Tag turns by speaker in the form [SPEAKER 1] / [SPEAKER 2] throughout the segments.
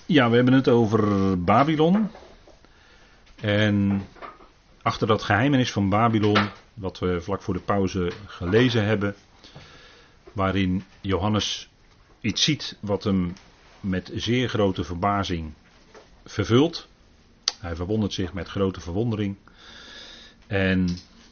[SPEAKER 1] Ja, we hebben het over Babylon. En achter dat geheimenis van Babylon, wat we vlak voor de pauze gelezen hebben, waarin Johannes iets ziet wat hem met zeer grote verbazing vervult. Hij verwondert zich met grote verwondering. En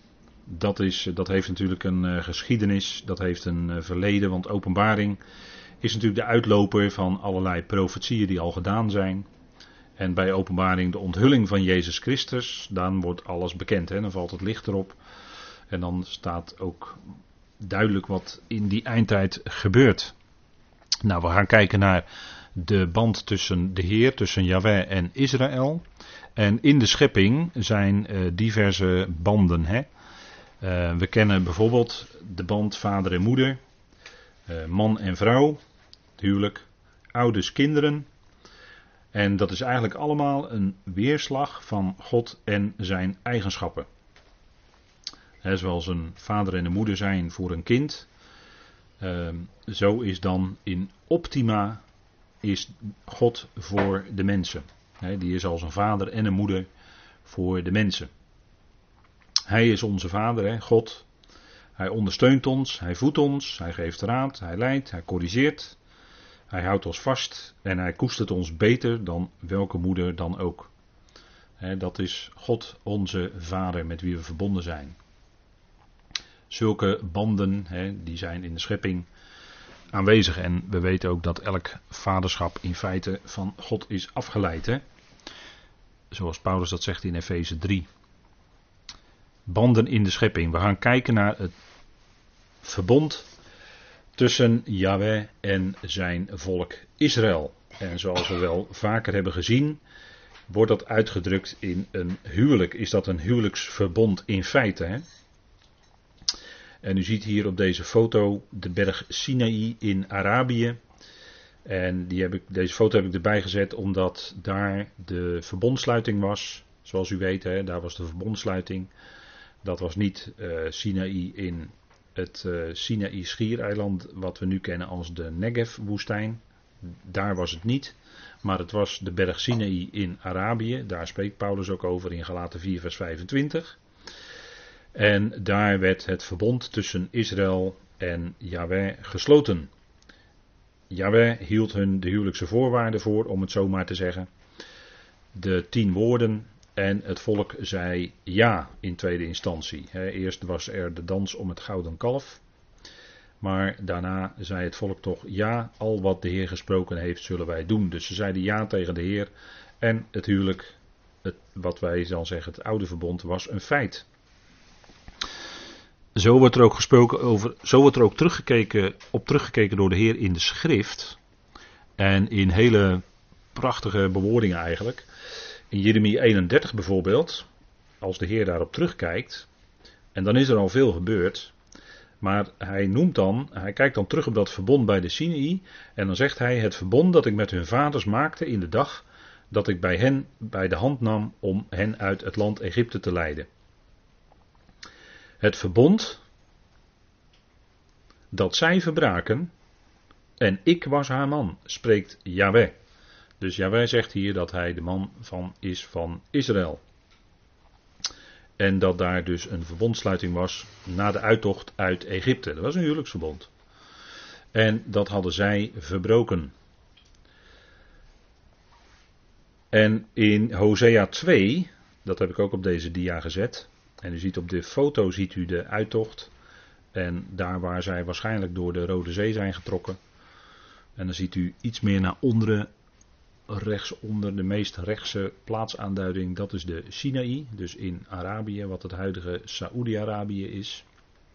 [SPEAKER 1] dat heeft natuurlijk een geschiedenis, dat heeft een verleden, want Openbaring is natuurlijk de uitloper van allerlei profetieën die al gedaan zijn. En bij Openbaring de onthulling van Jezus Christus, dan wordt alles bekend. Dan valt het licht erop. En dan staat ook duidelijk wat in die eindtijd gebeurt. Nou, we gaan kijken naar de band tussen de Heer, tussen Jahweh en Israël. En in de schepping zijn diverse banden. We kennen bijvoorbeeld de band vader en moeder, man en vrouw, huwelijk, ouders, kinderen. En dat is eigenlijk allemaal een weerslag van God en zijn eigenschappen. Zoals een vader en een moeder zijn voor een kind, zo is dan in optima is God voor de mensen. Die is als een vader en een moeder voor de mensen. Hij is onze vader, God. Hij ondersteunt ons, hij voedt ons, hij geeft raad, hij leidt, hij corrigeert. Hij houdt ons vast en hij koestert ons beter dan welke moeder dan ook. Dat is God onze Vader met wie we verbonden zijn. Zulke banden die zijn in de schepping aanwezig. En we weten ook dat elk vaderschap in feite van God is afgeleid. Zoals Paulus dat zegt in Efeze 3. Banden in de schepping. We gaan kijken naar het verbond tussen Jahweh en zijn volk Israël. En zoals we wel vaker hebben gezien, wordt dat uitgedrukt in een huwelijk. Is dat een huwelijksverbond in feite? En u ziet hier op deze foto de berg Sinaï in Arabië. En deze foto heb ik erbij gezet omdat daar de verbondsluiting was. Zoals u weet, daar was de verbondsluiting. Dat was niet Sinaï in het Sinaï-schiereiland wat we nu kennen als de Negev-woestijn. Daar was het niet. Maar het was de berg Sinaï in Arabië. Daar spreekt Paulus ook over in Galaten 4 vers 25. En daar werd het verbond tussen Israël en Jahweh gesloten. Jahweh hield hun de huwelijkse voorwaarden voor, om het zo maar te zeggen. De 10 woorden. En het volk zei ja in tweede instantie. Eerst was er de dans om het gouden kalf. Maar daarna zei het volk toch ja, al wat de Heer gesproken heeft zullen wij doen. Dus ze zeiden ja tegen de Heer. En het huwelijk, wat wij dan zeggen het oude verbond, was een feit. Zo wordt er ook gesproken over, zo wordt er ook teruggekeken door de Heer in de schrift. En in hele prachtige bewoordingen eigenlijk. In Jeremia 31 bijvoorbeeld, als de Heer daarop terugkijkt, en dan is er al veel gebeurd, maar hij kijkt dan terug op dat verbond bij de Sinaï, en dan zegt hij het verbond dat ik met hun vaders maakte in de dag dat ik bij hen bij de hand nam om hen uit het land Egypte te leiden. Het verbond dat zij verbraken, en ik was haar man, spreekt Jahweh. Dus Jahweh zegt hier dat hij de man is van Israël. En dat daar dus een verbondsluiting was na de uittocht uit Egypte. Dat was een huwelijksverbond. En dat hadden zij verbroken. En in Hosea 2, dat heb ik ook op deze dia gezet. En u ziet op de foto ziet u de uittocht. En daar waar zij waarschijnlijk door de Rode Zee zijn getrokken. En dan ziet u iets meer naar onderen. Rechtsonder de meest rechtse plaatsaanduiding, dat is de Sinaï, dus in Arabië, wat het huidige Saoedi-Arabië is.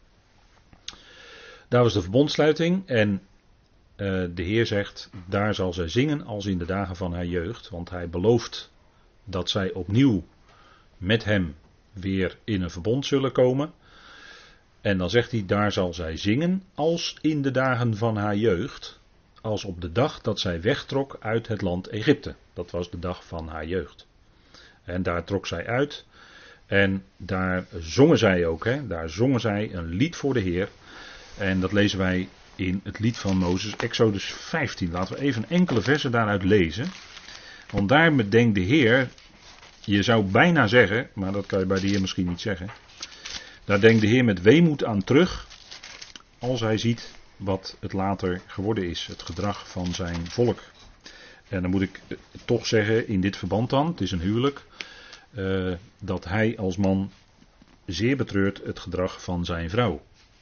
[SPEAKER 1] Daar was de verbondsluiting en de Heer zegt, daar zal zij zingen als in de dagen van haar jeugd, want hij belooft dat zij opnieuw met hem weer in een verbond zullen komen. En dan zegt hij, daar zal zij zingen als in de dagen van haar jeugd. Als op de dag dat zij wegtrok uit het land Egypte. Dat was de dag van haar jeugd. En daar trok zij uit. En daar zongen zij ook. Daar zongen zij een lied voor de Heer. En dat lezen wij in het lied van Mozes, Exodus 15. Laten we even enkele versen daaruit lezen. Want daar denkt de Heer, je zou bijna zeggen, maar dat kan je bij de Heer misschien niet zeggen. Daar denkt de Heer met weemoed aan terug, als hij ziet wat het later geworden is, het gedrag van zijn volk. En dan moet ik toch zeggen, in dit verband dan, het is een huwelijk, dat hij als man zeer betreurt het gedrag van zijn vrouw.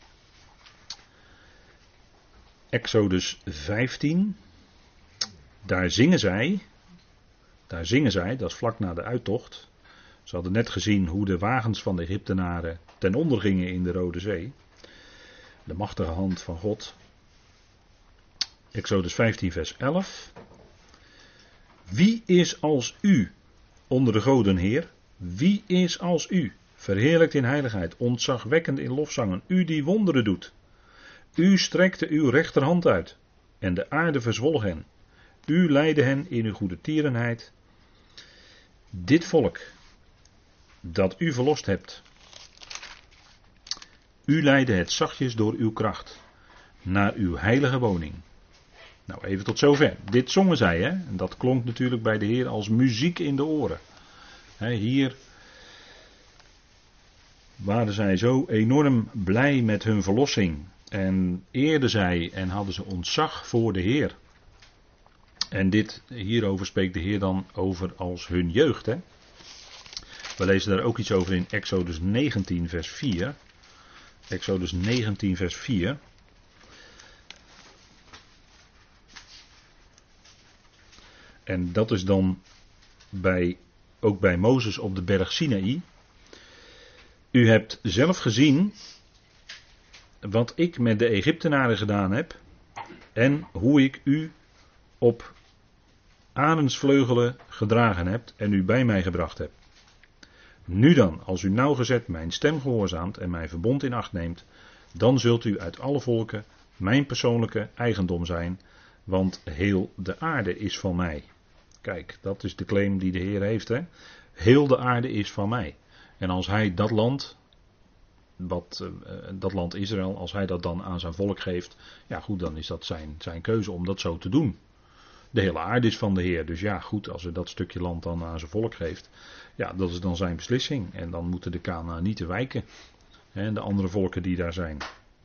[SPEAKER 1] Exodus 15, daar zingen zij, dat is vlak na de uittocht. Ze hadden net gezien hoe de wagens van de Egyptenaren ten onder gingen in de Rode Zee. De machtige hand van God. Exodus 15 vers 11. Wie is als u onder de goden, Heer? Wie is als u? Verheerlijkt in heiligheid, ontzagwekkend in lofzangen, u die wonderen doet. U strekte uw rechterhand uit en de aarde verzwolg hen. U leidde hen in uw goede tierenheid. Dit volk dat u verlost hebt. U leidde het zachtjes door uw kracht naar uw heilige woning. Nou, even tot zover. Dit zongen zij, hè? En dat klonk natuurlijk bij de Heer als muziek in de oren. Hier waren zij zo enorm blij met hun verlossing. En eerden zij en hadden ze ontzag voor de Heer. En hierover spreekt de Heer dan over als hun jeugd. Hè? We lezen daar ook iets over in Exodus 19 vers 4. Exodus 19 vers 4. En dat is dan ook bij Mozes op de berg Sinaï. U hebt zelf gezien wat ik met de Egyptenaren gedaan heb en hoe ik u op arendsvleugelen gedragen heb en u bij mij gebracht heb. Nu dan, als u nauwgezet mijn stem gehoorzaamt en mijn verbond in acht neemt, dan zult u uit alle volken mijn persoonlijke eigendom zijn, want heel de aarde is van mij. Kijk, dat is de claim die de Heer heeft. Hè? Heel de aarde is van mij. En als hij dat land, dat land Israël, als hij dat dan aan zijn volk geeft, ja goed, dan is dat zijn keuze om dat zo te doen. De hele aarde is van de Heer, dus ja goed, als hij dat stukje land dan aan zijn volk geeft, ja dat is dan zijn beslissing. En dan moeten de Kanaanieten wijken. En de andere volken die daar zijn.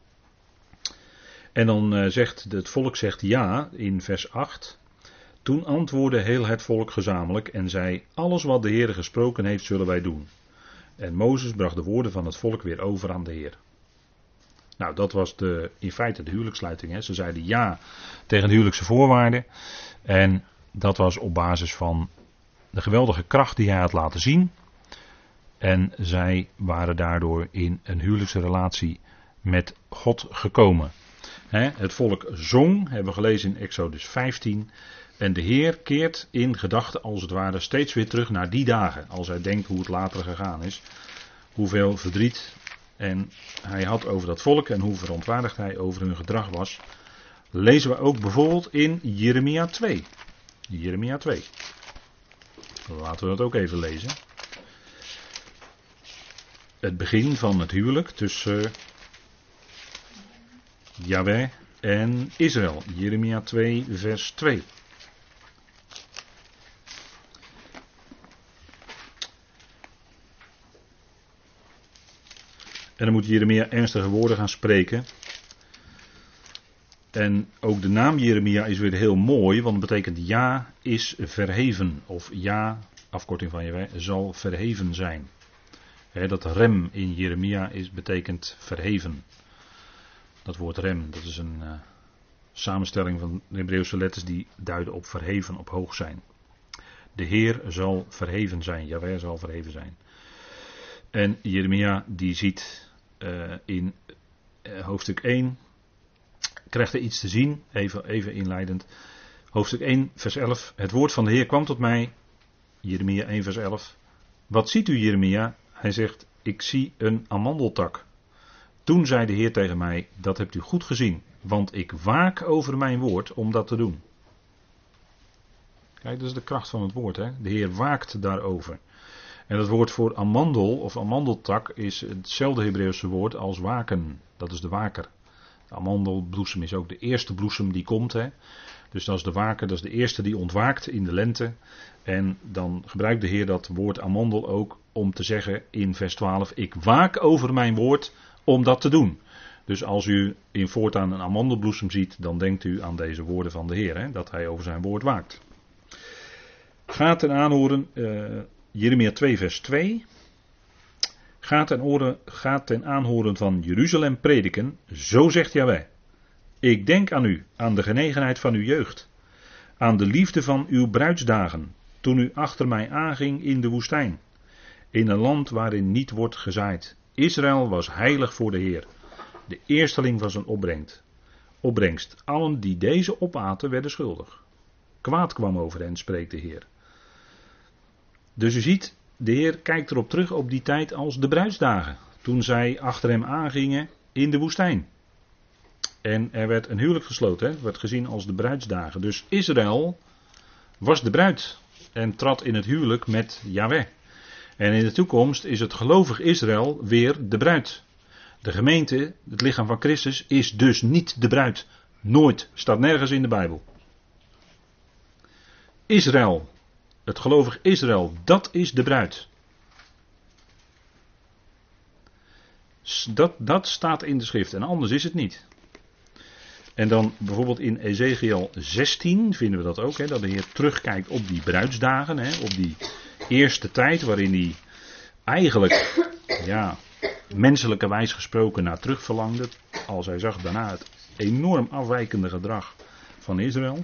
[SPEAKER 1] En dan het volk zegt ja in vers 8. Toen antwoordde heel het volk gezamenlijk en zei: alles wat de Heer gesproken heeft zullen wij doen. En Mozes bracht de woorden van het volk weer over aan de Heer. Nou, dat was in feite de huwelijkssluiting. Hè. Ze zeiden ja tegen de huwelijkse voorwaarden. En dat was op basis van de geweldige kracht die hij had laten zien. En zij waren daardoor in een huwelijkse relatie met God gekomen. Het volk zong, hebben we gelezen in Exodus 15. En de Heer keert in gedachten als het ware steeds weer terug naar die dagen. Als hij denkt hoe het later gegaan is. Hoeveel verdriet en hij had over dat volk en hoe verontwaardigd hij over hun gedrag was. Lezen we ook bijvoorbeeld in Jeremia 2. Jeremia 2. Laten we dat ook even lezen. Het begin van het huwelijk tussen Jahweh en Israël. Jeremia 2 vers 2. En dan moet Jeremia ernstige woorden gaan spreken. En ook de naam Jeremia is weer heel mooi, want het betekent ja is verheven. Of ja, afkorting van Jahweh, zal verheven zijn. Dat rem in Jeremia betekent verheven. Dat woord rem, dat is een samenstelling van de Hebreeuwse letters die duiden op verheven, op hoog zijn. De Heer zal verheven zijn, Jahweh zal verheven zijn. En Jeremia die ziet in hoofdstuk 1, krijgt er iets te zien, even inleidend. Hoofdstuk 1 vers 11, het woord van de Heer kwam tot mij, Jeremia 1 vers 11. Wat ziet u Jeremia? Hij zegt, ik zie een amandeltak. Toen zei de Heer tegen mij, dat hebt u goed gezien, want ik waak over mijn woord om dat te doen. Kijk, dat is de kracht van het woord, hè? De Heer waakt daarover. En het woord voor amandel of amandeltak is hetzelfde Hebreeuwse woord als waken. Dat is de waker. De amandelbloesem is ook de eerste bloesem die komt. Hè? Dus dat is de waker, dat is de eerste die ontwaakt in de lente. En dan gebruikt de Heer dat woord amandel ook om te zeggen in vers 12, ik waak over mijn woord om dat te doen. Dus als u in voortaan een amandelbloesem ziet, dan denkt u aan deze woorden van de Heer, hè, dat hij over zijn woord waakt. Ga ten aanhoren, Jeremia 2 vers 2. Ga ten aanhoren van Jeruzalem prediken, zo zegt Jahweh. Ik denk aan u, aan de genegenheid van uw jeugd, aan de liefde van uw bruidsdagen, toen u achter mij aanging in de woestijn, in een land waarin niet wordt gezaaid. Israël was heilig voor de Heer. De eersteling was een opbrengst. Allen die deze opaten werden schuldig. Kwaad kwam over hen, spreekt de Heer. Dus u ziet, de Heer kijkt erop terug op die tijd als de bruidsdagen. Toen zij achter hem aangingen in de woestijn. En er werd een huwelijk gesloten, hè? Het werd gezien als de bruidsdagen. Dus Israël was de bruid en trad in het huwelijk met Jahweh. En in de toekomst is het gelovig Israël weer de bruid. De gemeente, het lichaam van Christus, is dus niet de bruid. Nooit. Staat nergens in de Bijbel. Israël, het gelovig Israël, dat is de bruid. Dat staat in de schrift en anders is het niet. En dan bijvoorbeeld in Ezekiel 16 vinden we dat ook, hè, dat de Heer terugkijkt op die bruidsdagen, hè, op die eerste tijd waarin hij eigenlijk, menselijkerwijs gesproken naar terug verlangde, als hij zag daarna het enorm afwijkende gedrag van Israël.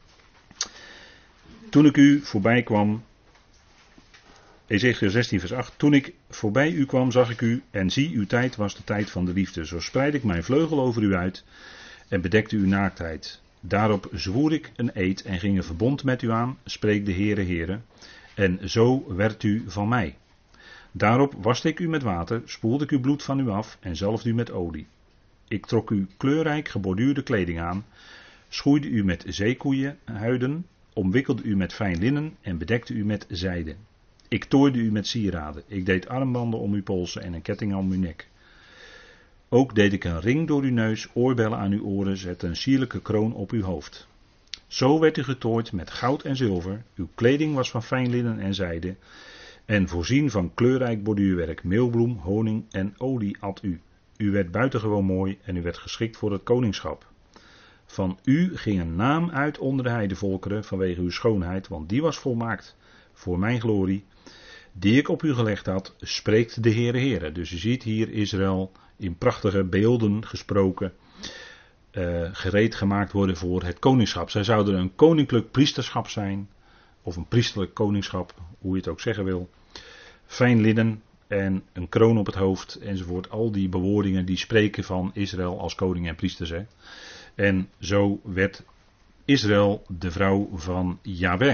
[SPEAKER 1] Toen ik u voorbij kwam, Ezekiel 16 vers 8, toen ik voorbij u kwam zag ik u en zie uw tijd was de tijd van de liefde. Zo spreid ik mijn vleugel over u uit en bedekte uw naaktheid. Daarop zwoer ik een eed en ging een verbond met u aan, spreekt de Heere, en zo werd u van mij. Daarop waste ik u met water, spoelde ik uw bloed van u af en zalfde u met olie. Ik trok u kleurrijk geborduurde kleding aan, schoeide u met zeekoeienhuiden, omwikkelde u met fijn linnen en bedekte u met zijde. Ik tooide u met sieraden, ik deed armbanden om uw polsen en een ketting om uw nek. Ook deed ik een ring door uw neus, oorbellen aan uw oren, zette een sierlijke kroon op uw hoofd. Zo werd u getooid met goud en zilver, uw kleding was van fijn linnen en zijde, en voorzien van kleurrijk borduurwerk, meelbloem, honing en olie at u. U werd buitengewoon mooi en u werd geschikt voor het koningschap. Van u ging een naam uit onder de heidevolkeren vanwege uw schoonheid, want die was volmaakt voor mijn glorie, die ik op u gelegd had, spreekt de Heere. Dus u ziet hier Israël in prachtige beelden gesproken, gereed gemaakt worden voor het koningschap. Zij zouden een koninklijk priesterschap zijn, of een priesterlijk koningschap, hoe je het ook zeggen wil. Fijn linnen en een kroon op het hoofd enzovoort. Al die bewoordingen die spreken van Israël als koning en priesters. Hè. En zo werd Israël de vrouw van Jahweh.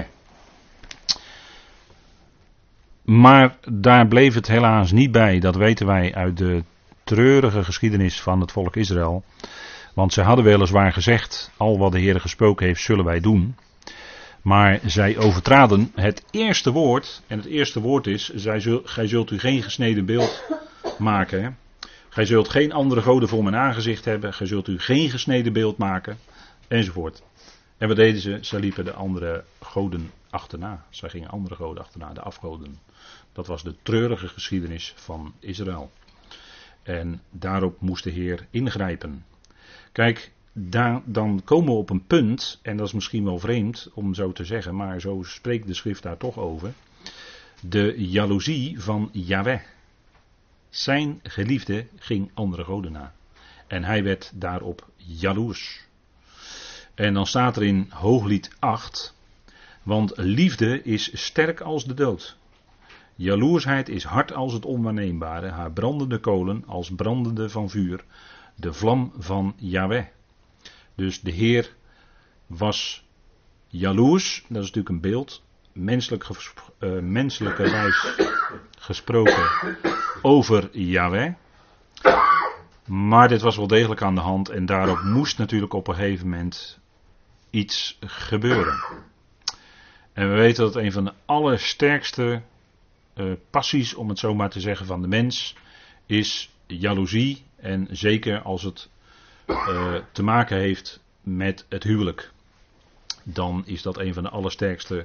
[SPEAKER 1] Maar daar bleef het helaas niet bij. Dat weten wij uit de treurige geschiedenis van het volk Israël. Want zij hadden weliswaar gezegd, al wat de Heer gesproken heeft zullen wij doen. Maar zij overtraden het eerste woord. En het eerste woord is, gij zult u geen gesneden beeld maken. Hè? Gij zult geen andere goden voor mijn aangezicht hebben. Gij zult u geen gesneden beeld maken. Enzovoort. En wat deden ze? Zij liepen de andere goden achterna. Zij gingen andere goden achterna, de afgoden. Dat was de treurige geschiedenis van Israël. En daarop moest de Heer ingrijpen. Kijk, dan komen we op een punt, en dat is misschien wel vreemd om zo te zeggen, maar zo spreekt de schrift daar toch over. De jaloezie van Jahweh. Zijn geliefde ging andere goden na. En hij werd daarop jaloers. En dan staat er in Hooglied 8, want liefde is sterk als de dood. Jaloersheid is hard als het onwaarneembare, haar brandende kolen als brandende van vuur, de vlam van Jahweh. Dus de was jaloers, dat is natuurlijk een beeld, menselijkerwijs gesproken over Jahweh. Maar dit was wel degelijk aan de hand en daarop moest natuurlijk op een gegeven moment iets gebeuren. En we weten dat een van de allersterkste passies, om het zo maar te zeggen, van de mens is jaloezie. En zeker als het te maken heeft met het huwelijk. dan is dat een van de allersterkste.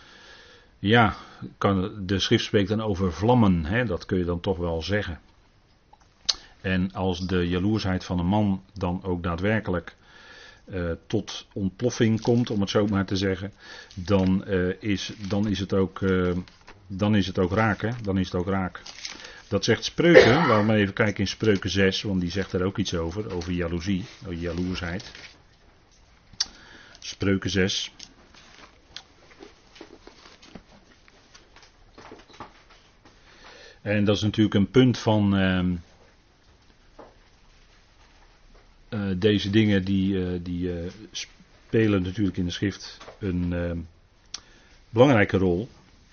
[SPEAKER 1] De schrift spreekt dan over vlammen, hè, dat kun je dan toch wel zeggen. En als de jaloersheid van een man dan ook daadwerkelijk tot ontploffing komt, om het zo maar te zeggen, dan is het ook raak. Hè? Dan is het ook raak. Dat zegt Spreuken, laten we maar even kijken in Spreuken 6, want die zegt er ook iets over jaloezie, over jaloersheid. Spreuken 6. En dat is natuurlijk een punt van deze dingen die spelen natuurlijk in de schrift een belangrijke rol.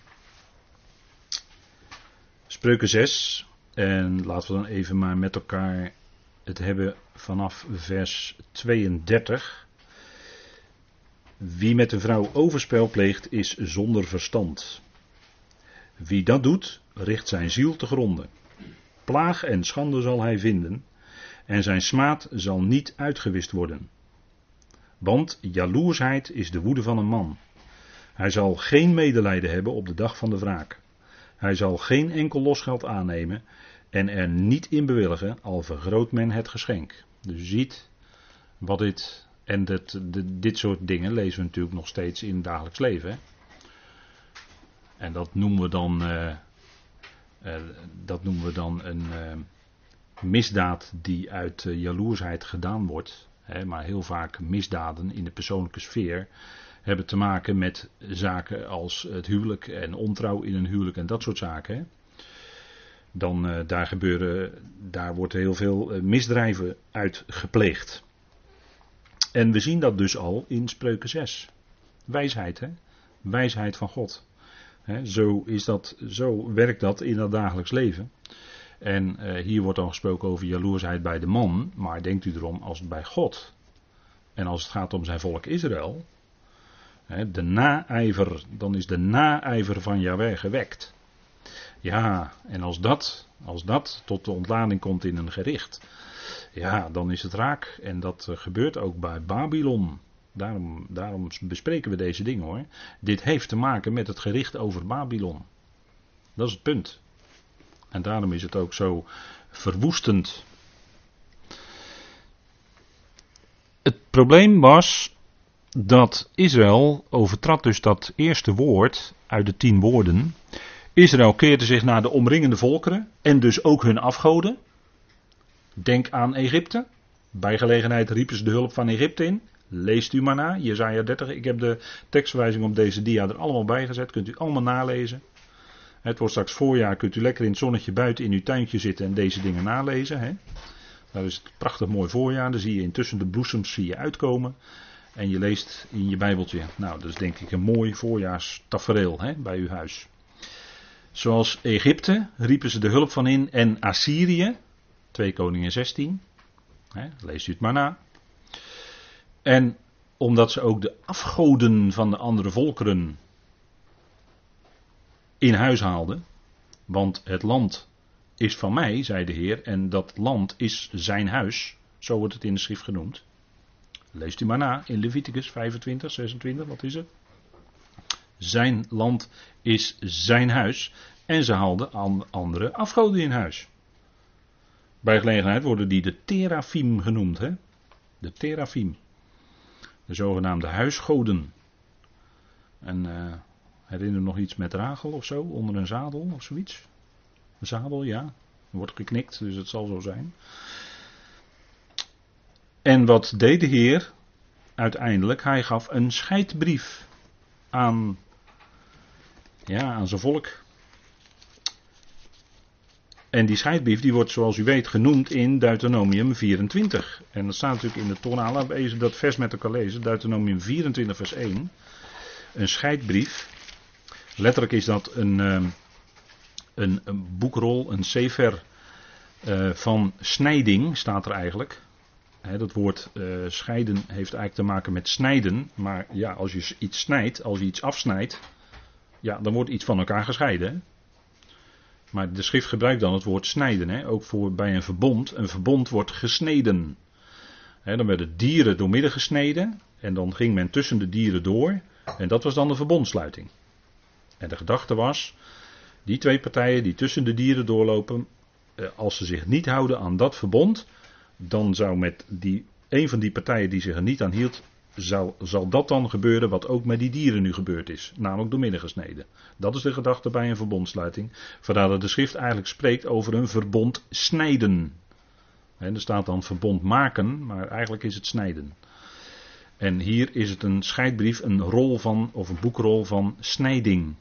[SPEAKER 1] Spreuken 6, en laten we dan even maar met elkaar het hebben vanaf vers 32. Wie met een vrouw overspel pleegt is zonder verstand. Wie dat doet, richt zijn ziel te gronde. Plaag en schande zal hij vinden, en zijn smaad zal niet uitgewist worden. Want jaloersheid is de woede van een man. Hij zal geen medelijden hebben op de dag van de wraak. Hij zal geen enkel losgeld aannemen en er niet in bewilligen, al vergroot men het geschenk. Dus je ziet wat dit, en dit soort dingen lezen we natuurlijk nog steeds in het dagelijks leven. Hè? En dat noemen we dan een misdaad die uit jaloersheid gedaan wordt. Hè, maar heel vaak misdaden in de persoonlijke sfeer hebben te maken met zaken als het huwelijk en ontrouw in een huwelijk en dat soort zaken. Hè. Dan daar wordt heel veel misdrijven uit gepleegd. En we zien dat dus al in Spreuken 6. Wijsheid, hè? Wijsheid van God. Hè, zo werkt dat in het dagelijks leven. En hier wordt dan gesproken over jaloersheid bij de man. Maar denkt u erom, als het bij God en als het gaat om zijn volk Israël, de naijver, dan is de naijver van Jahweh gewekt. Ja, en als dat tot de ontlading komt in een gericht, ja, dan is het raak. En dat gebeurt ook bij Babylon. Daarom bespreken we deze dingen, hoor. Dit heeft te maken met het gericht over Babylon. Dat is het punt. En daarom is het ook zo verwoestend. Het probleem was dat Israël overtrad dus dat eerste woord uit de 10 woorden. Israël keerde zich naar de omringende volkeren en dus ook hun afgoden. Denk aan Egypte. Bij gelegenheid riepen ze de hulp van Egypte in. Leest u maar na, Jesaja 30. Ik heb de tekstverwijzing op deze dia er allemaal bij gezet. Kunt u allemaal nalezen. Het wordt straks voorjaar, kunt u lekker in het zonnetje buiten in uw tuintje zitten en deze dingen nalezen. Hè? Daar is het prachtig mooi voorjaar. Dan zie je intussen de bloesems uitkomen. En je leest in je bijbeltje. Nou, dat is denk ik een mooi voorjaarstafereel, hè, bij uw huis. Zoals Egypte riepen ze de hulp van in en Assyrië. 2 Koningen 16. Hè, leest u het maar na. En omdat ze ook de afgoden van de andere volkeren in huis haalden. Want het land is van mij, zei de Heer, en dat land is zijn huis. Zo wordt het in de schrift genoemd. Leest u maar na in Leviticus 25, 26, wat is het? Zijn land is zijn huis. En ze haalden andere afgoden in huis. Bij gelegenheid worden die de Terafim genoemd. Hè? De Terafim. De zogenaamde huisgoden. En herinner nog iets met Rachel of zo? Onder een zadel of zoiets? Een zadel, ja. Er wordt geknikt, dus het zal zo zijn. En wat deed de Heer? Uiteindelijk, hij gaf een scheidbrief aan zijn volk. En die scheidbrief die wordt zoals u weet genoemd in Deuteronomium 24. En dat staat natuurlijk in de Torah. Laten we even dat vers met elkaar lezen. Deuteronomium 24 vers 1. Een scheidbrief. Letterlijk is dat een boekrol, een sefer van snijding staat er eigenlijk. Dat woord scheiden heeft eigenlijk te maken met snijden. Maar ja, als je iets snijdt, als je iets afsnijdt, ja, dan wordt iets van elkaar gescheiden. Hè? Maar de schrift gebruikt dan het woord snijden. Hè? Ook bij een verbond. Een verbond wordt gesneden. Dan werden dieren doormidden gesneden. En dan ging men tussen de dieren door. En dat was dan de verbondsluiting. En de gedachte was, die twee partijen die tussen de dieren doorlopen, als ze zich niet houden aan dat verbond, dan zou met een van die partijen die zich er niet aan hield, zal dat dan gebeuren wat ook met die dieren nu gebeurd is. Namelijk door midden gesneden. Dat is de gedachte bij een verbondsluiting. Vandaar dat de schrift eigenlijk spreekt over een verbond snijden. En er staat dan verbond maken, maar eigenlijk is het snijden. En hier is het een scheidbrief, een rol van, of een boekrol van snijding.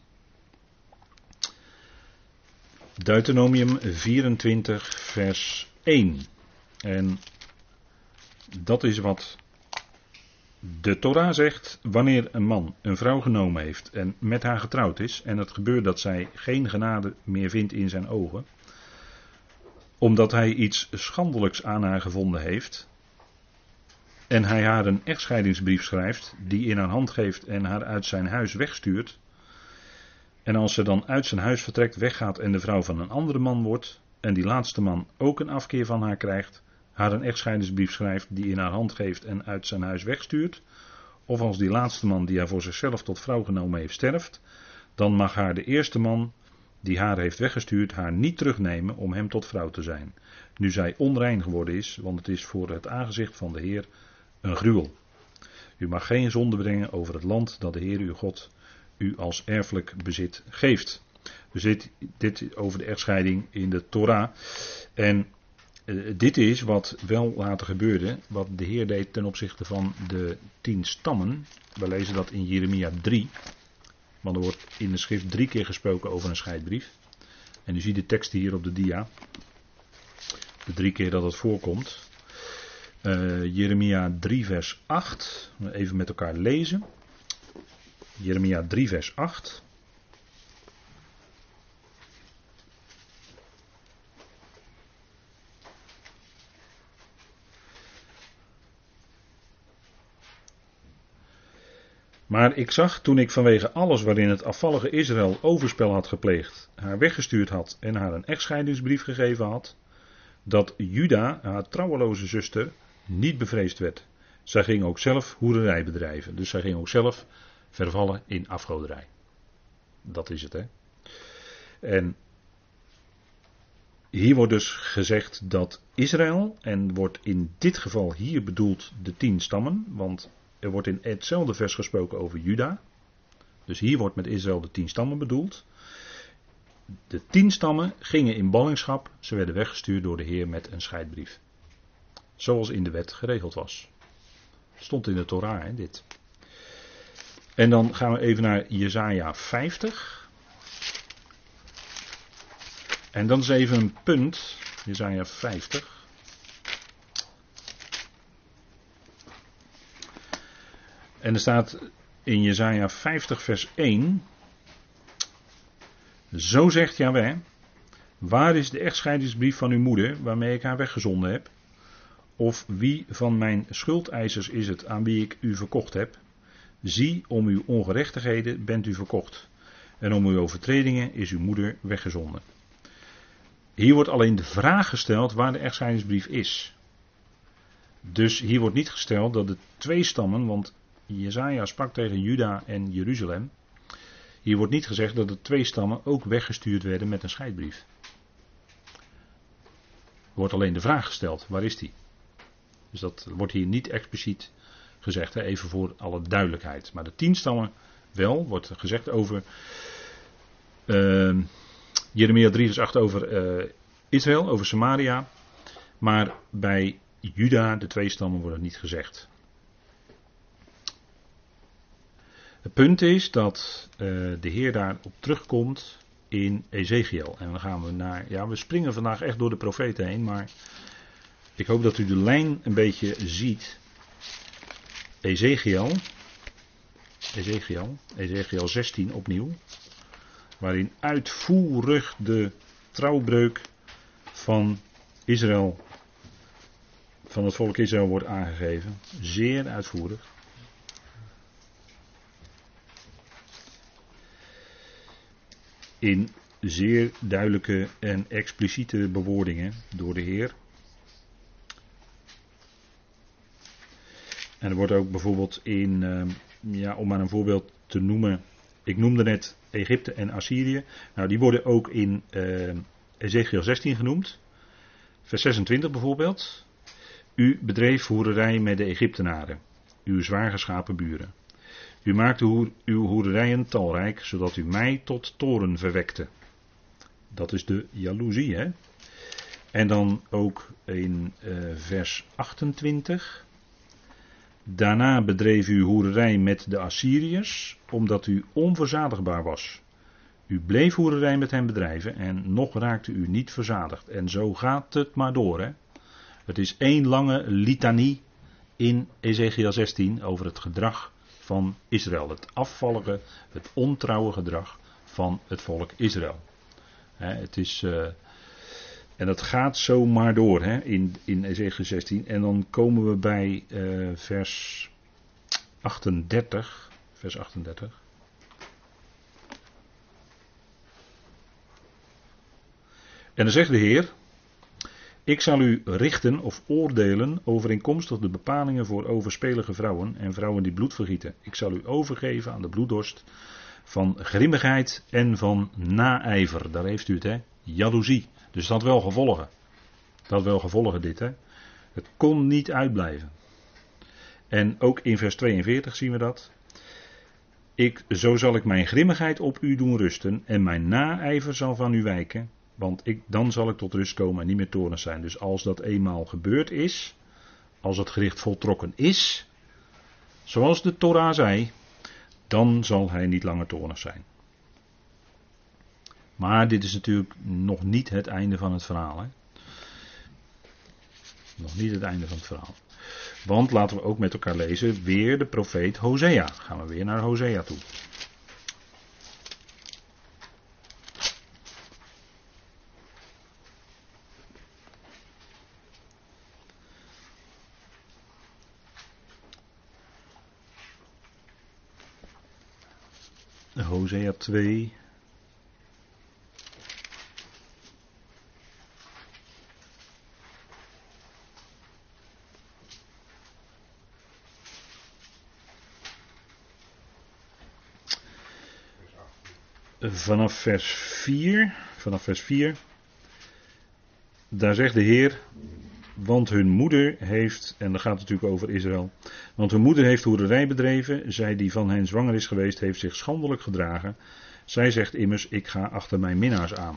[SPEAKER 1] Deuteronomium 24 vers 1. En dat is wat de Torah zegt, wanneer een man een vrouw genomen heeft en met haar getrouwd is, en het gebeurt dat zij geen genade meer vindt in zijn ogen, omdat hij iets schandelijks aan haar gevonden heeft, en hij haar een echtscheidingsbrief schrijft, die in haar hand geeft en haar uit zijn huis wegstuurt, en als ze dan uit zijn huis vertrekt, weggaat en de vrouw van een andere man wordt, en die laatste man ook een afkeer van haar krijgt, haar een echtscheidingsbrief schrijft die in haar hand geeft en uit zijn huis wegstuurt, of als die laatste man die haar voor zichzelf tot vrouw genomen heeft sterft, dan mag haar de eerste man die haar heeft weggestuurd haar niet terugnemen om hem tot vrouw te zijn, nu zij onrein geworden is, want het is voor het aangezicht van de Heer een gruwel. U mag geen zonde brengen over het land dat de Heer uw God u als erfelijk bezit geeft. Dus dit over de echtscheiding in de Torah. En dit is wat wel later gebeurde, wat de Heer deed ten opzichte van de 10 stammen. We lezen dat in Jeremia 3. Want er wordt in de schrift 3 keer gesproken over een scheidbrief. En u ziet de tekst hier op de dia. De 3 keer dat het voorkomt. Jeremia 3 vers 8. Even met elkaar lezen. Jeremia 3 vers 8. Maar ik zag toen ik vanwege alles waarin het afvallige Israël overspel had gepleegd, haar weggestuurd had en haar een echtscheidingsbrief gegeven had, dat Juda, haar trouweloze zuster, niet bevreesd werd. Zij ging ook zelf hoererij bedrijven. Dus zij ging ook zelf vervallen in afgoderij. Dat is het, hè. En hier wordt dus gezegd dat Israël, en wordt in dit geval hier bedoeld de 10 stammen, want er wordt in hetzelfde vers gesproken over Juda. Dus hier wordt met Israël de 10 stammen bedoeld. De 10 stammen gingen in ballingschap, ze werden weggestuurd door de Heer met een scheidbrief. Zoals in de wet geregeld was. Stond in de Torah, hè, dit. En dan gaan we even naar Jesaja 50. En dan is even een punt, Jesaja 50. En er staat in Jesaja 50 vers 1. Zo zegt Jahweh, waar is de echtscheidingsbrief van uw moeder waarmee ik haar weggezonden heb? Of wie van mijn schuldeisers is het aan wie ik u verkocht heb? Zie, om uw ongerechtigheden bent u verkocht. En om uw overtredingen is uw moeder weggezonden. Hier wordt alleen de vraag gesteld waar de echtscheidingsbrief is. Dus hier wordt niet gesteld dat de 2 stammen, want Jesaja sprak tegen Juda en Jeruzalem. Hier wordt niet gezegd dat de 2 stammen ook weggestuurd werden met een scheidbrief. Er wordt alleen de vraag gesteld, waar is die? Dus dat wordt hier niet expliciet gezegd, hè? Even voor alle duidelijkheid. Maar de 10 stammen wel, wordt gezegd over Jeremia 3 vers 8 over Israël, over Samaria. Maar bij Juda, de 2 stammen, wordt het niet gezegd. Het punt is dat de Heer daarop terugkomt in Ezechiël. En dan gaan we naar, ja, we springen vandaag echt door de profeten heen, maar ik hoop dat u de lijn een beetje ziet. Ezechiël 16 opnieuw, waarin uitvoerig de trouwbreuk van Israël, van het volk Israël wordt aangegeven. Zeer uitvoerig. In zeer duidelijke en expliciete bewoordingen door de Heer. En er wordt ook bijvoorbeeld om maar een voorbeeld te noemen. Ik noemde net Egypte en Assyrië. Nou, die worden ook in Ezekiel 16 genoemd. Vers 26 bijvoorbeeld. U bedreef hoererij met de Egyptenaren, uw zwaar geschapen buren. U maakte uw hoererijen talrijk, zodat u mij tot toorn verwekte. Dat is de jaloezie, hè. En dan ook in vers 28. Daarna bedreef u hoererij met de Assyriërs, omdat u onverzadigbaar was. U bleef hoererij met hen bedrijven en nog raakte u niet verzadigd. En zo gaat het maar door, hè. Het is één lange litanie in Ezekiel 16 over het gedrag van Israël. Het afvallige, het ontrouwe gedrag van het volk Israël. En dat gaat zomaar door in Ezekiel 16. En dan komen we bij vers 38. Vers 38. En dan zegt de Heer: ik zal u richten of oordelen overeenkomstig de bepalingen voor overspelige vrouwen en vrouwen die bloed vergieten. Ik zal u overgeven aan de bloeddorst van grimmigheid en van naijver. Daar heeft u het, hè. Jaloezie. Dus dat wel gevolgen. Dat wel gevolgen dit, hè. Het kon niet uitblijven. En ook in vers 42 zien we dat. Zo zal ik mijn grimmigheid op u doen rusten en mijn naijver zal van u wijken. Want dan zal ik tot rust komen en niet meer toornig zijn. Dus als dat eenmaal gebeurd is, als het gericht voltrokken is, zoals de Torah zei, dan zal hij niet langer toornig zijn. Maar dit is natuurlijk nog niet het einde van het verhaal. Hè? Nog niet het einde van het verhaal. Want laten we ook met elkaar lezen, weer de profeet Hosea. Gaan we weer naar Hosea toe. Hosea 2. Vanaf vers 4. Daar zegt de Heer: want hun moeder heeft, en dat gaat natuurlijk over Israël, want hun moeder heeft hoererij bedreven, zij die van hen zwanger is geweest, heeft zich schandelijk gedragen. Zij zegt immers, ik ga achter mijn minnaars aan.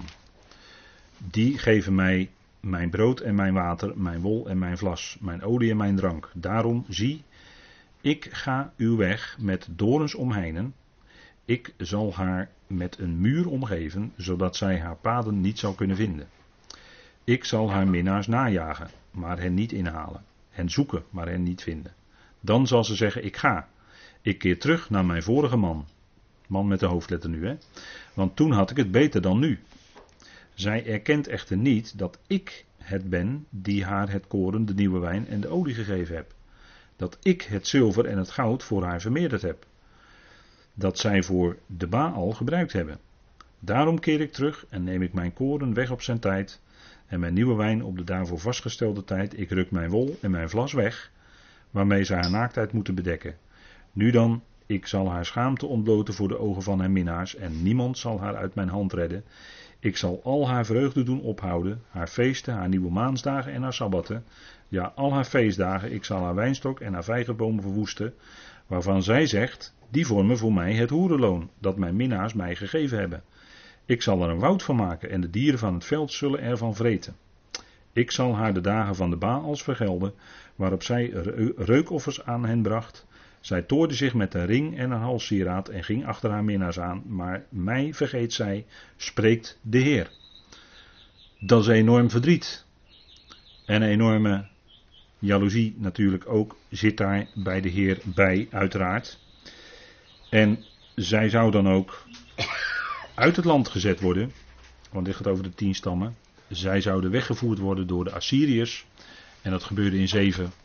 [SPEAKER 1] Die geven mij mijn brood en mijn water, mijn wol en mijn vlas, mijn olie en mijn drank. Daarom, zie, ik ga uw weg met dorens omheinen. Ik zal haar met een muur omgeven, zodat zij haar paden niet zal kunnen vinden. Ik zal haar minnaars najagen, maar hen niet inhalen. Hen zoeken, maar hen niet vinden. Dan zal ze zeggen, ik ga. Ik keer terug naar mijn vorige man. Man met de hoofdletter nu, hè. Want toen had ik het beter dan nu. Zij erkent echter niet dat ik het ben die haar het koren, de nieuwe wijn en de olie gegeven heb. Dat ik het zilver en het goud voor haar vermeerderd heb. Dat zij voor de Baal gebruikt hebben. Daarom keer ik terug en neem ik mijn koren weg op zijn tijd en mijn nieuwe wijn op de daarvoor vastgestelde tijd. Ik ruk mijn wol en mijn vlas weg, waarmee ze haar naaktheid moeten bedekken. Nu dan, ik zal haar schaamte ontbloten voor de ogen van haar minnaars en niemand zal haar uit mijn hand redden. Ik zal al haar vreugde doen ophouden, haar feesten, haar nieuwe maansdagen en haar sabbatten. Ja, al haar feestdagen, ik zal haar wijnstok en haar vijgenbomen verwoesten, waarvan zij zegt, die vormen voor mij het hoerenloon, dat mijn minnaars mij gegeven hebben. Ik zal er een woud van maken en de dieren van het veld zullen ervan vreten. Ik zal haar de dagen van de Baals vergelden, waarop zij reukoffers aan hen bracht. Zij toorde zich met een ring en een halssieraad en ging achter haar minnaars aan, maar mij vergeet zij, spreekt de Heer. Dat is enorm verdriet. En een enorme jaloezie natuurlijk ook zit daar bij de Heer bij, uiteraard. En zij zou dan ook uit het land gezet worden, want dit gaat over de 10 stammen. Zij zouden weggevoerd worden door de Assyriërs. En dat gebeurde in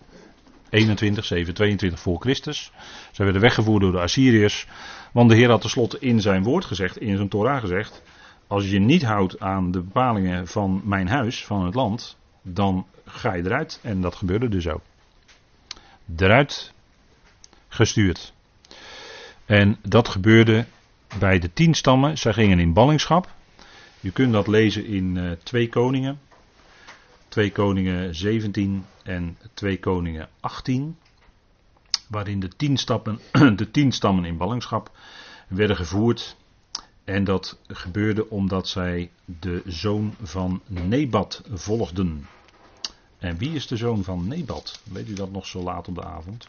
[SPEAKER 1] 722 voor Christus. Zij werden weggevoerd door de Assyriërs. Want de Heer had tenslotte in zijn woord gezegd, in zijn Torah gezegd, als je niet houdt aan de bepalingen van mijn huis, van het land, dan ga je eruit. En dat gebeurde dus ook. Eruit gestuurd. En dat gebeurde bij de 10 stammen. Zij gingen in ballingschap. Je kunt dat lezen in 2 Koningen. 2 Koningen 17 en 2 Koningen 18. Waarin de 10 stammen in ballingschap werden gevoerd. En dat gebeurde omdat zij de zoon van Nebat volgden. En wie is de zoon van Nebat? Weet u dat nog zo laat op de avond?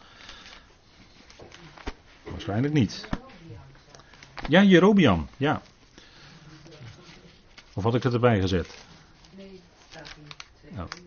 [SPEAKER 1] Waarschijnlijk niet. Ja, Jerobeam, ja. Of had ik het erbij gezet? Nee, staat niet. Nou.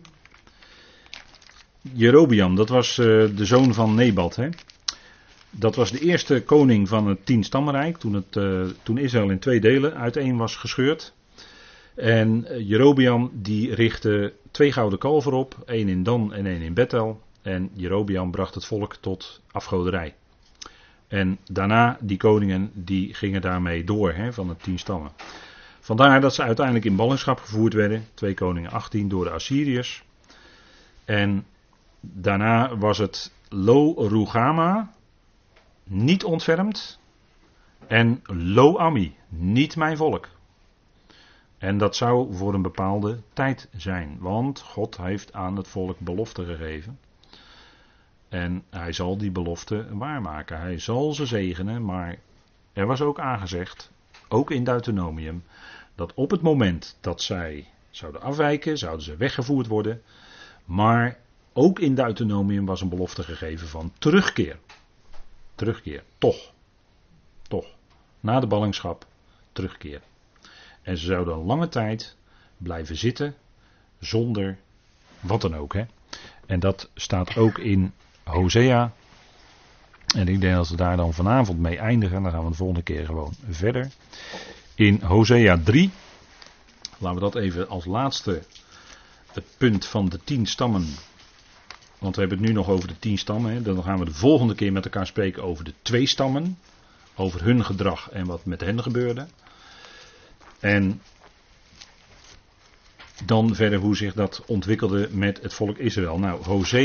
[SPEAKER 1] Jerobeam, dat was de zoon van Nebat. Hè? Dat was de eerste koning van het 10-stammenrijk. Toen Israël in 2 delen uiteen was gescheurd. En Jerobeam die richtte 2 gouden kalveren op. 1 in Dan en 1 in Bethel. En Jerobeam bracht het volk tot afgoderij. En daarna, die koningen, die gingen daarmee door, hè, van het 10 stammen. Vandaar dat ze uiteindelijk in ballingschap gevoerd werden, 2 Koningen 18, door de Assyriërs. En daarna was het Lo Rugama, niet ontfermd, en Lo Ami, niet mijn volk. En dat zou voor een bepaalde tijd zijn, want God heeft aan het volk belofte gegeven. En hij zal die belofte waarmaken. Hij zal ze zegenen, maar er was ook aangezegd, ook in Deuteronomium, dat op het moment dat zij zouden afwijken, zouden ze weggevoerd worden. Maar ook in Deuteronomium was een belofte gegeven van terugkeer. Terugkeer, toch. Toch. Na de ballingschap, terugkeer. En ze zouden een lange tijd blijven zitten zonder wat dan ook. Hè. En dat staat ook in Hosea. En ik denk dat we daar dan vanavond mee eindigen. Dan gaan we de volgende keer gewoon verder. In Hosea 3. Laten we dat even als laatste het punt van de 10 stammen. Want we hebben het nu nog over de 10 stammen. Hè. Dan gaan we de volgende keer met elkaar spreken over de 2 stammen. Over hun gedrag en wat met hen gebeurde. En dan verder hoe zich dat ontwikkelde met het volk Israël. Nou,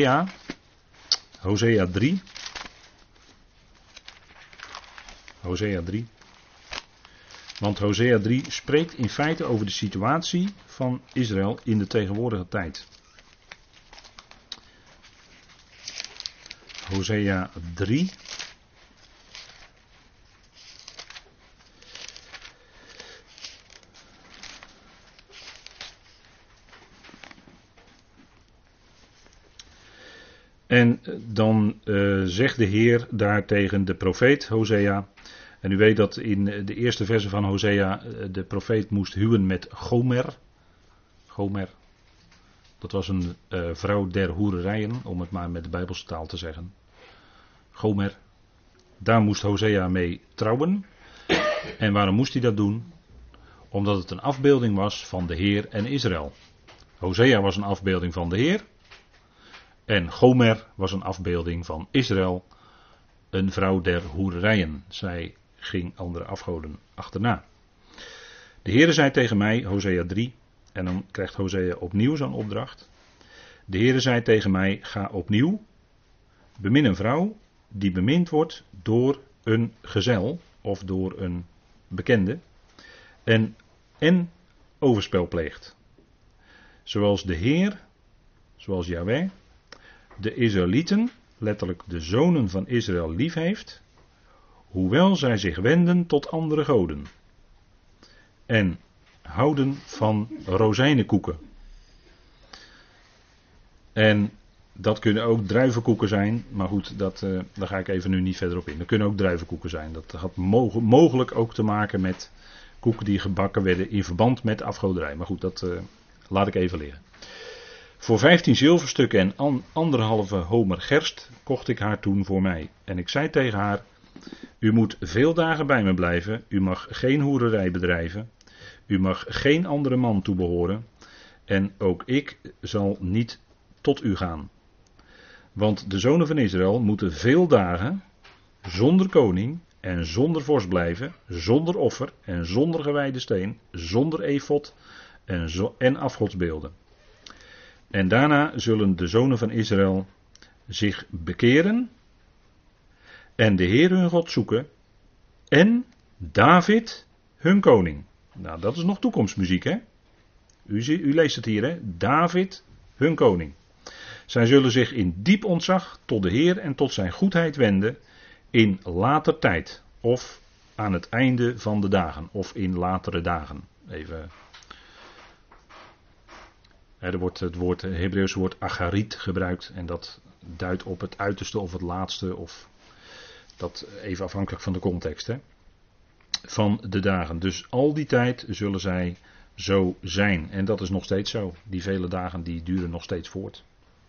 [SPEAKER 1] Hosea 3. Hosea 3. Want Hosea 3 spreekt in feite over de situatie van Israël in de tegenwoordige tijd. Hosea 3. En dan zegt de Heer daar tegen de profeet Hosea. En u weet dat in de eerste verse van Hosea de profeet moest huwen met Gomer. Gomer. Dat was een vrouw der hoererijen, om het maar met de Bijbelse taal te zeggen. Gomer. Daar moest Hosea mee trouwen. En waarom moest hij dat doen? Omdat het een afbeelding was van de Heer en Israël. Hosea was een afbeelding van de Heer. En Gomer was een afbeelding van Israël, een vrouw der hoererijen. Zij ging andere afgoden achterna. De Heere zei tegen mij, Hosea 3, en dan krijgt Hosea opnieuw zo'n opdracht. De Heere zei tegen mij, ga opnieuw, bemin een vrouw die bemind wordt door een gezel of door een bekende en overspel pleegt. Zoals de Heer, zoals Yahweh, de Israëlieten, letterlijk de zonen van Israël, lief heeft, hoewel zij zich wenden tot andere goden en houden van rozijnenkoeken. En dat kunnen ook druivenkoeken zijn, maar goed, daar ga ik even nu niet verder op in. Dat kunnen ook druivenkoeken zijn. Dat had mogelijk ook te maken met koeken die gebakken werden in verband met afgoderij. Maar goed, dat laat ik even liggen. Voor 15 zilverstukken en 1,5 homer gerst kocht ik haar toen voor mij. En ik zei tegen haar, u moet veel dagen bij me blijven, u mag geen hoererij bedrijven, u mag geen andere man toebehoren, en ook ik zal niet tot u gaan. Want de zonen van Israël moeten veel dagen zonder koning en zonder vorst blijven, zonder offer en zonder gewijde steen, zonder efod en afgodsbeelden. En daarna zullen de zonen van Israël zich bekeren en de Heer hun God zoeken en David hun koning. Nou, dat is nog toekomstmuziek, hè? U leest het hier, hè? David hun koning. Zij zullen zich in diep ontzag tot de Heer en tot zijn goedheid wenden in later tijd. Of aan het einde van de dagen. Of in latere dagen. Even. Er wordt het Hebreeuwse woord acharit gebruikt. En dat duidt op het uiterste of het laatste. Of dat even afhankelijk van de context. Hè, van de dagen. Dus al die tijd zullen zij zo zijn. En dat is nog steeds zo. Die vele dagen die duren nog steeds voort.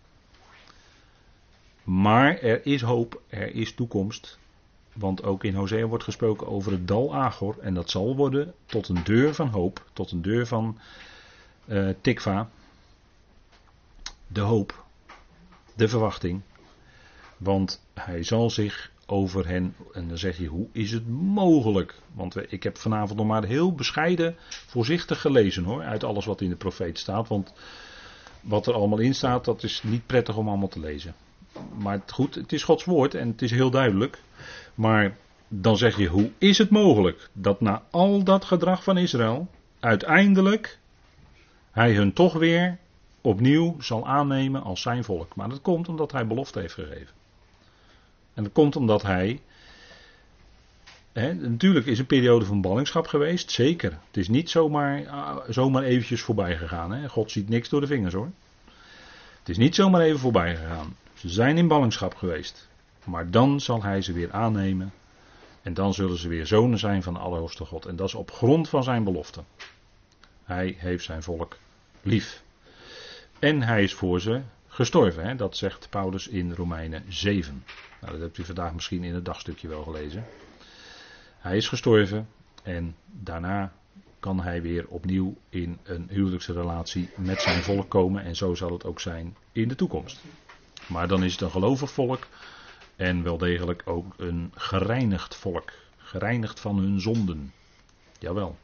[SPEAKER 1] Maar er is hoop, er is toekomst. Want ook in Hosea wordt gesproken over het dal Agor. En dat zal worden tot een deur van hoop. Tot een deur van Tikva. De hoop. De verwachting. Want hij zal zich over hen. En dan zeg je, hoe is het mogelijk? Want ik heb vanavond nog maar heel bescheiden, voorzichtig gelezen hoor. Uit alles wat in de profeet staat. Want wat er allemaal in staat, dat is niet prettig om allemaal te lezen. Maar goed, het is Gods woord en het is heel duidelijk. Maar dan zeg je, hoe is het mogelijk dat na al dat gedrag van Israël, uiteindelijk hij hun toch weer opnieuw zal aannemen als zijn volk. Maar dat komt omdat hij belofte heeft gegeven. En dat komt omdat hij, natuurlijk is een periode van ballingschap geweest, zeker. Het is niet zomaar eventjes voorbij gegaan. Hè. God ziet niks door de vingers hoor. Het is niet zomaar even voorbij gegaan. Ze zijn in ballingschap geweest. Maar dan zal hij ze weer aannemen. En dan zullen ze weer zonen zijn van de Allerhoogste God. En dat is op grond van zijn belofte. Hij heeft zijn volk lief. En hij is voor ze gestorven. Hè? Dat zegt Paulus in Romeinen 7. Nou, dat hebt u vandaag misschien in het dagstukje wel gelezen. Hij is gestorven. En daarna kan hij weer opnieuw in een huwelijksrelatie met zijn volk komen. En zo zal het ook zijn in de toekomst. Maar dan is het een gelovig volk. En wel degelijk ook een gereinigd volk. Gereinigd van hun zonden. Jawel.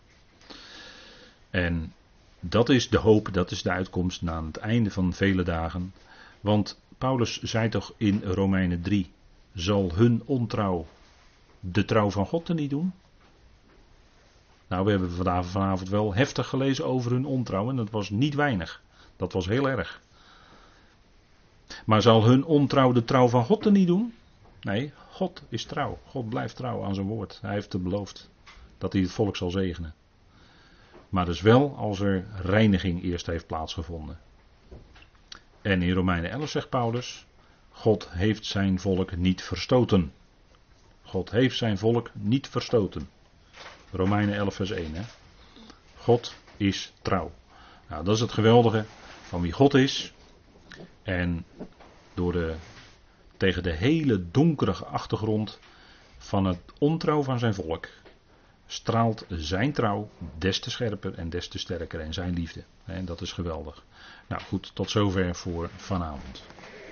[SPEAKER 1] En dat is de hoop, dat is de uitkomst na het einde van vele dagen. Want Paulus zei toch in Romeinen 3. Zal hun ontrouw de trouw van God er niet doen? Nou, we hebben vanavond wel heftig gelezen over hun ontrouw. En dat was niet weinig. Dat was heel erg. Maar zal hun ontrouw de trouw van God er niet doen? Nee, God is trouw. God blijft trouw aan zijn woord. Hij heeft het beloofd dat hij het volk zal zegenen. Maar dus wel als er reiniging eerst heeft plaatsgevonden. En in Romeinen 11 zegt Paulus, God heeft zijn volk niet verstoten. God heeft zijn volk niet verstoten. Romeinen 11 vers 1. Hè? God is trouw. Nou, dat is het geweldige van wie God is. En tegen de hele donkere achtergrond van het ontrouw van zijn volk straalt zijn trouw des te scherper en des te sterker en zijn liefde. En dat is geweldig. Nou goed, tot zover voor vanavond.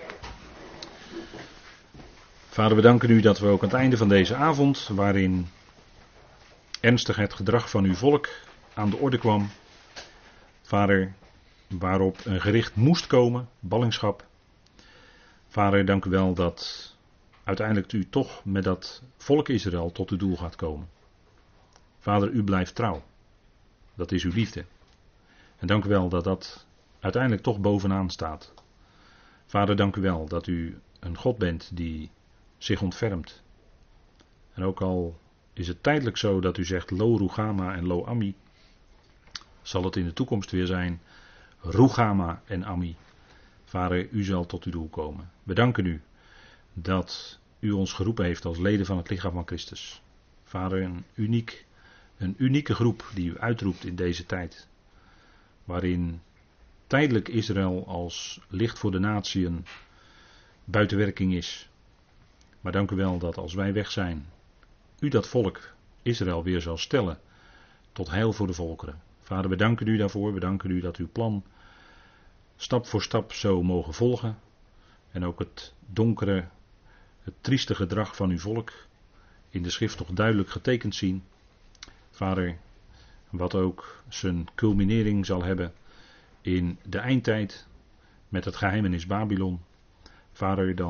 [SPEAKER 1] Vader, we danken u dat we ook aan het einde van deze avond, waarin ernstig het gedrag van uw volk aan de orde kwam, Vader, waarop een gericht moest komen, ballingschap. Vader, dank u wel dat uiteindelijk u toch met dat volk Israël tot uw doel gaat komen. Vader, u blijft trouw. Dat is uw liefde. En dank u wel dat dat uiteindelijk toch bovenaan staat. Vader, dank u wel dat u een God bent die zich ontfermt. En ook al is het tijdelijk zo dat u zegt Lo Rugama en Lo Ami, zal het in de toekomst weer zijn Rugama en Ami. Vader, u zal tot uw doel komen. We danken u dat u ons geroepen heeft als leden van het lichaam van Christus. Vader, een unieke groep die u uitroept in deze tijd. Waarin tijdelijk Israël als licht voor de natieën buiten werking is. Maar dank u wel dat als wij weg zijn, u dat volk Israël weer zal stellen tot heil voor de volkeren. Vader, we danken u daarvoor. We danken u dat uw plan stap voor stap zo mogen volgen. En ook het donkere, het trieste gedrag van uw volk in de schrift toch duidelijk getekend zien. Vader, wat ook zijn culminering zal hebben in de eindtijd met het geheimenis Babylon. Vader, dan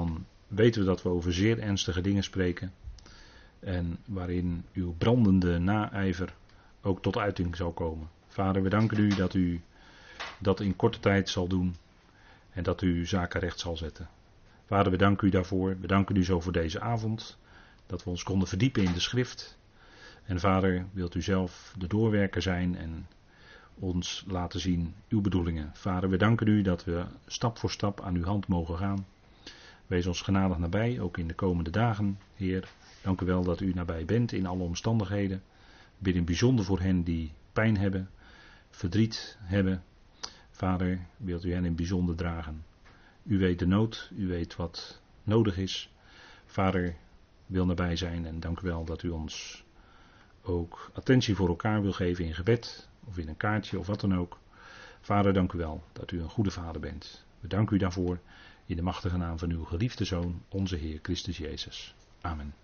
[SPEAKER 1] weten we dat we over zeer ernstige dingen spreken. En waarin uw brandende naijver ook tot uiting zal komen. Vader, we danken u dat u dat in korte tijd zal doen. En dat u zaken recht zal zetten. Vader, we danken u daarvoor. We danken u zo voor deze avond. Dat we ons konden verdiepen in de schrift. En Vader, wilt u zelf de doorwerker zijn en ons laten zien uw bedoelingen. Vader, we danken u dat we stap voor stap aan uw hand mogen gaan. Wees ons genadig nabij, ook in de komende dagen, Heer. Dank u wel dat u nabij bent in alle omstandigheden. Bid in bijzonder voor hen die pijn hebben, verdriet hebben. Vader, wilt u hen in bijzonder dragen. U weet de nood, u weet wat nodig is. Vader, wil nabij zijn en dank u wel dat u ons ook attentie voor elkaar wil geven in gebed of in een kaartje of wat dan ook. Vader, dank u wel dat u een goede vader bent. We danken u daarvoor in de machtige naam van uw geliefde Zoon, onze Heer Christus Jezus. Amen.